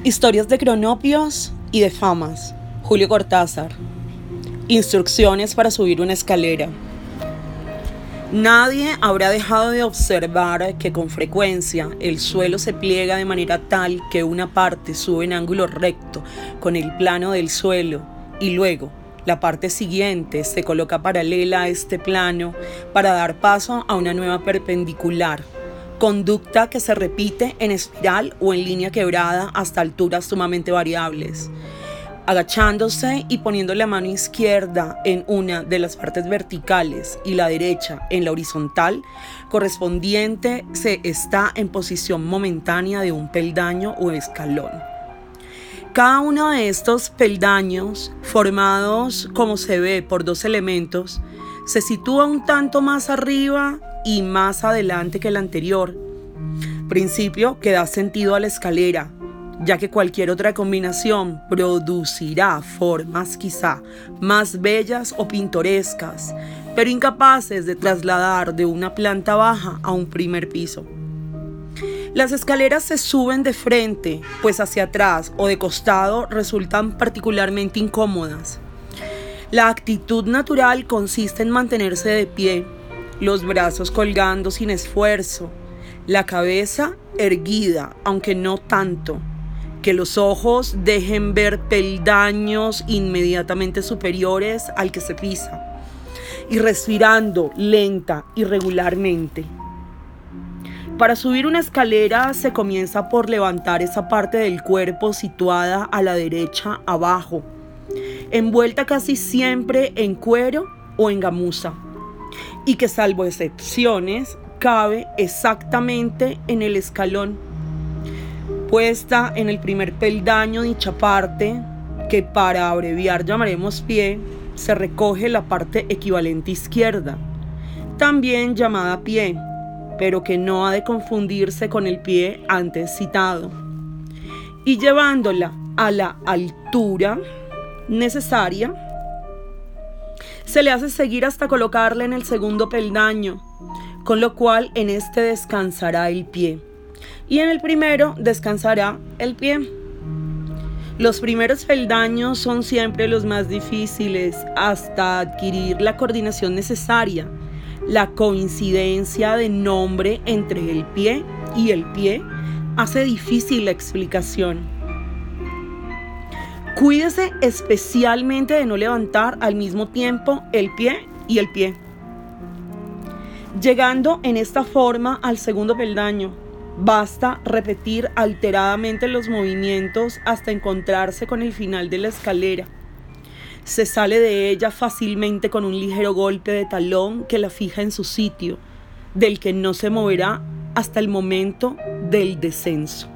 Historias de cronopios y de famas. Julio Cortázar. Instrucciones para subir una escalera. Nadie habrá dejado de observar que con frecuencia el suelo se pliega de manera tal que una parte sube en ángulo recto con el plano del suelo y luego la parte siguiente se coloca paralela a este plano para dar paso a una nueva perpendicular, conducta que se repite en espiral o en línea quebrada hasta alturas sumamente variables. Agachándose y poniendo la mano izquierda en una de las partes verticales y la derecha en la horizontal correspondiente, se está en posición momentánea de un peldaño o escalón. Cada uno de estos peldaños, formados como se ve por dos elementos, se sitúa un tanto más arriba y más adelante que el anterior, principio que da sentido a la escalera, ya que cualquier otra combinación producirá formas quizá más bellas o pintorescas, pero incapaces de trasladar de una planta baja a un primer piso. Las escaleras se suben de frente, pues hacia atrás o de costado resultan particularmente incómodas. La actitud natural consiste en mantenerse de pie, los brazos colgando sin esfuerzo, la cabeza erguida, aunque no tanto, que los ojos dejen ver peldaños inmediatamente superiores al que se pisa, y respirando lenta y regularmente. Para subir una escalera se comienza por levantar esa parte del cuerpo situada a la derecha abajo, envuelta casi siempre en cuero o en gamuza, y que salvo excepciones cabe exactamente en el escalón. Puesta en el primer peldaño dicha parte, que para abreviar llamaremos pie, se recoge la parte equivalente izquierda, también llamada pie, pero que no ha de confundirse con el pie antes citado, y llevándola a la altura necesaria, se le hace seguir hasta colocarla en el segundo peldaño, con lo cual en este descansará el pie y en el primero descansará el pie. Los primeros peldaños son siempre los más difíciles hasta adquirir la coordinación necesaria, la coincidencia de nombre entre el pie y el pie hace difícil la explicación. Cuídese especialmente de no levantar al mismo tiempo el pie y el pie. Llegando en esta forma al segundo peldaño, basta repetir alteradamente los movimientos hasta encontrarse con el final de la escalera. Se sale de ella fácilmente con un ligero golpe de talón que la fija en su sitio, del que no se moverá hasta el momento del descenso.